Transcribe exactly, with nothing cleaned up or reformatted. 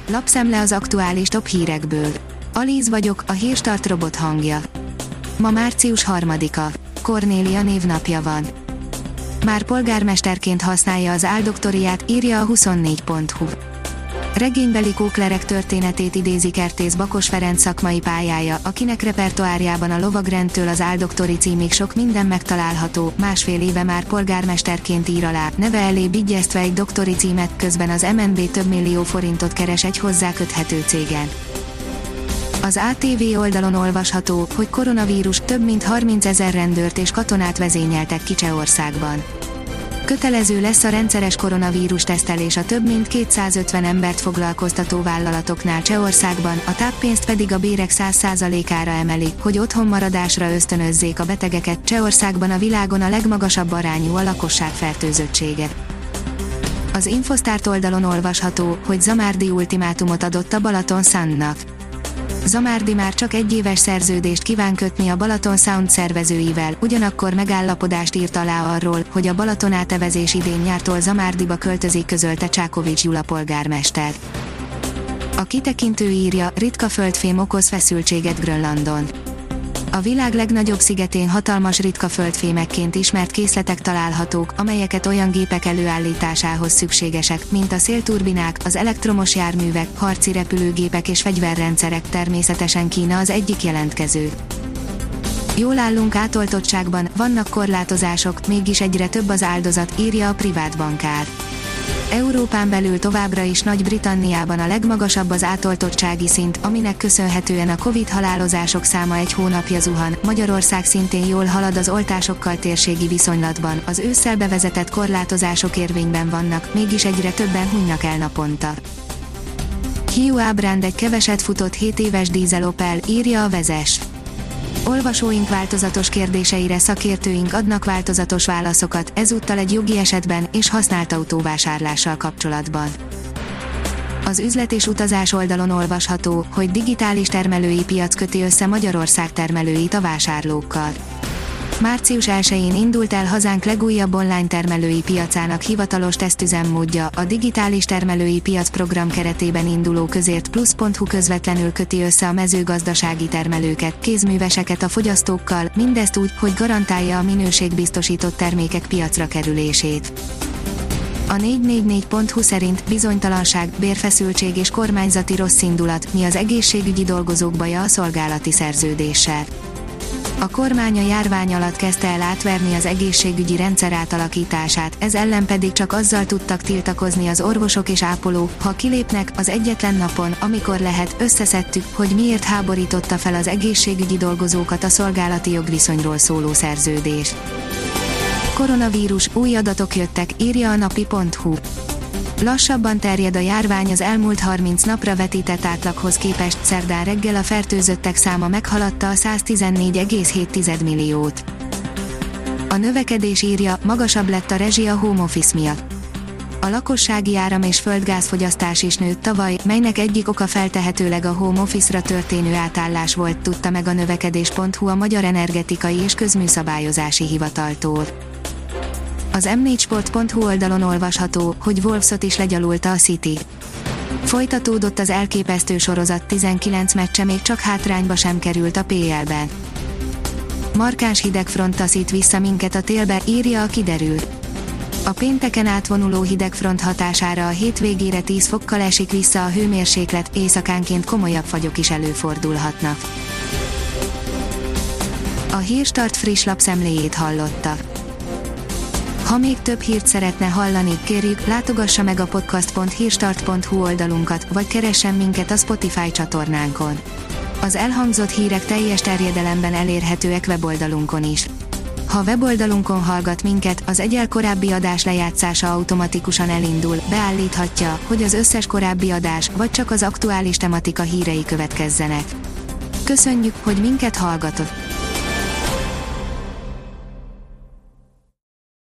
Lapszemle az aktuális top hírekből. Alíz vagyok, a Hírstart robot hangja. Ma március harmadika. Kornélia névnapja van. Már polgármesterként használja az áldoktoriát, írja a huszonnégy pont hu. Regénybeli kóklerek történetét idézi Kertész Bakos Ferenc szakmai pályája, akinek repertoárjában a lovagrendtől az áldoktori címig sok minden megtalálható, másfél éve már polgármesterként ír alá, neve elé bigyeztve egy doktori címet, közben az em en bé több millió forintot keres egy hozzá köthető cégen. Az á té vé oldalon olvasható, hogy koronavírus, több mint harmincezer rendőrt és katonát vezényeltek ki Csehországban. Kötelező lesz a rendszeres koronavírus tesztelés a több mint kétszázötven embert foglalkoztató vállalatoknál Csehországban, a táppénzt pedig a bérek száz százalékára emelik, hogy otthonmaradásra ösztönözzék a betegeket. Csehországban a világon a legmagasabb arányú a lakosság fertőzöttsége. Az Infosztárt oldalon olvasható, hogy Zamárdi ultimátumot adott a Balaton Soundnak. Zamárdi már csak egy éves szerződést kíván kötni a Balaton Sound szervezőivel, ugyanakkor megállapodást írt alá arról, hogy a Balaton átevezés idén nyártól Zamárdiba költözik, közölte Csákovics Gyula polgármester. A kitekintő írja, ritka földfém okoz feszültséget Grönlandon. A világ legnagyobb szigetén hatalmas ritka földfémekként ismert készletek találhatók, amelyeket olyan gépek előállításához szükségesek, mint a szélturbinák, az elektromos járművek, harci repülőgépek és fegyverrendszerek, természetesen Kína az egyik jelentkező. Jól állunk átoltottságban, vannak korlátozások, mégis egyre több az áldozat, írja a privát bankár. Európán belül továbbra is Nagy-Britanniában a legmagasabb az átoltottsági szint, aminek köszönhetően a Covid halálozások száma egy hónapja zuhan. Magyarország szintén jól halad az oltásokkal térségi viszonylatban, az ősszel bevezetett korlátozások érvényben vannak, mégis egyre többen hunynak el naponta. Hyundai Brand egy keveset futott hét éves dízel Opel, írja a Vezes. Olvasóink változatos kérdéseire szakértőink adnak változatos válaszokat, ezúttal egy jogi esetben és használt autóvásárlással kapcsolatban. Az üzlet és utazás oldalon olvasható, hogy digitális termelői piac köti össze Magyarország termelőit a vásárlókkal. március elsején indult el hazánk legújabb online termelői piacának hivatalos tesztüzemmódja, a digitális termelői piac program keretében induló Közért Plus pont hu közvetlenül köti össze a mezőgazdasági termelőket, kézműveseket a fogyasztókkal, mindezt úgy, hogy garantálja a minőségbiztosított termékek piacra kerülését. A négy négy négy pont hu szerint bizonytalanság, bérfeszültség és kormányzati rosszindulat, mi az egészségügyi dolgozók baja a szolgálati szerződéssel. A kormány a járvány alatt kezdte el átverni az egészségügyi rendszer átalakítását, ez ellen pedig csak azzal tudtak tiltakozni az orvosok és ápolók, ha kilépnek, az egyetlen napon, amikor lehet, összeszedtük, hogy miért háborította fel az egészségügyi dolgozókat a szolgálati jogviszonyról szóló szerződés. Koronavírus, új adatok jöttek, írja a napi pont hu. Lassabban terjed a járvány az elmúlt harminc napra vetített átlaghoz képest, szerdán reggel a fertőzöttek száma meghaladta a száztizennégy egész hét milliót. A növekedés írja, magasabb lett a rezsi a home office miatt. A lakossági áram- és földgázfogyasztás is nőtt tavaly, melynek egyik oka feltehetőleg a home office-ra történő átállás volt, tudta meg a növekedés pont hu a Magyar Energetikai és Közműszabályozási Hivataltól. Az em négy sport pont hu oldalon olvasható, hogy Wolvesot is legyalulta a City. Folytatódott az elképesztő sorozat, tizenkilenc meccse még csak hátrányba sem került a pé el-ben. Markáns hidegfront taszít vissza minket a télbe, írja a Kiderül. A pénteken átvonuló hidegfront hatására a hétvégére tíz fokkal esik vissza a hőmérséklet, éjszakánként komolyabb fagyok is előfordulhatnak. A Hírstart friss lapszemléjét hallotta. Ha még több hírt szeretne hallani, kérjük, látogassa meg a podcast pont hírstart pont hu oldalunkat, vagy keressen minket a Spotify csatornánkon. Az elhangzott hírek teljes terjedelemben elérhetőek weboldalunkon is. Ha weboldalunkon hallgat minket, az egyel korábbi adás lejátszása automatikusan elindul, beállíthatja, hogy az összes korábbi adás, vagy csak az aktuális tematika hírei következzenek. Köszönjük, hogy minket hallgatott!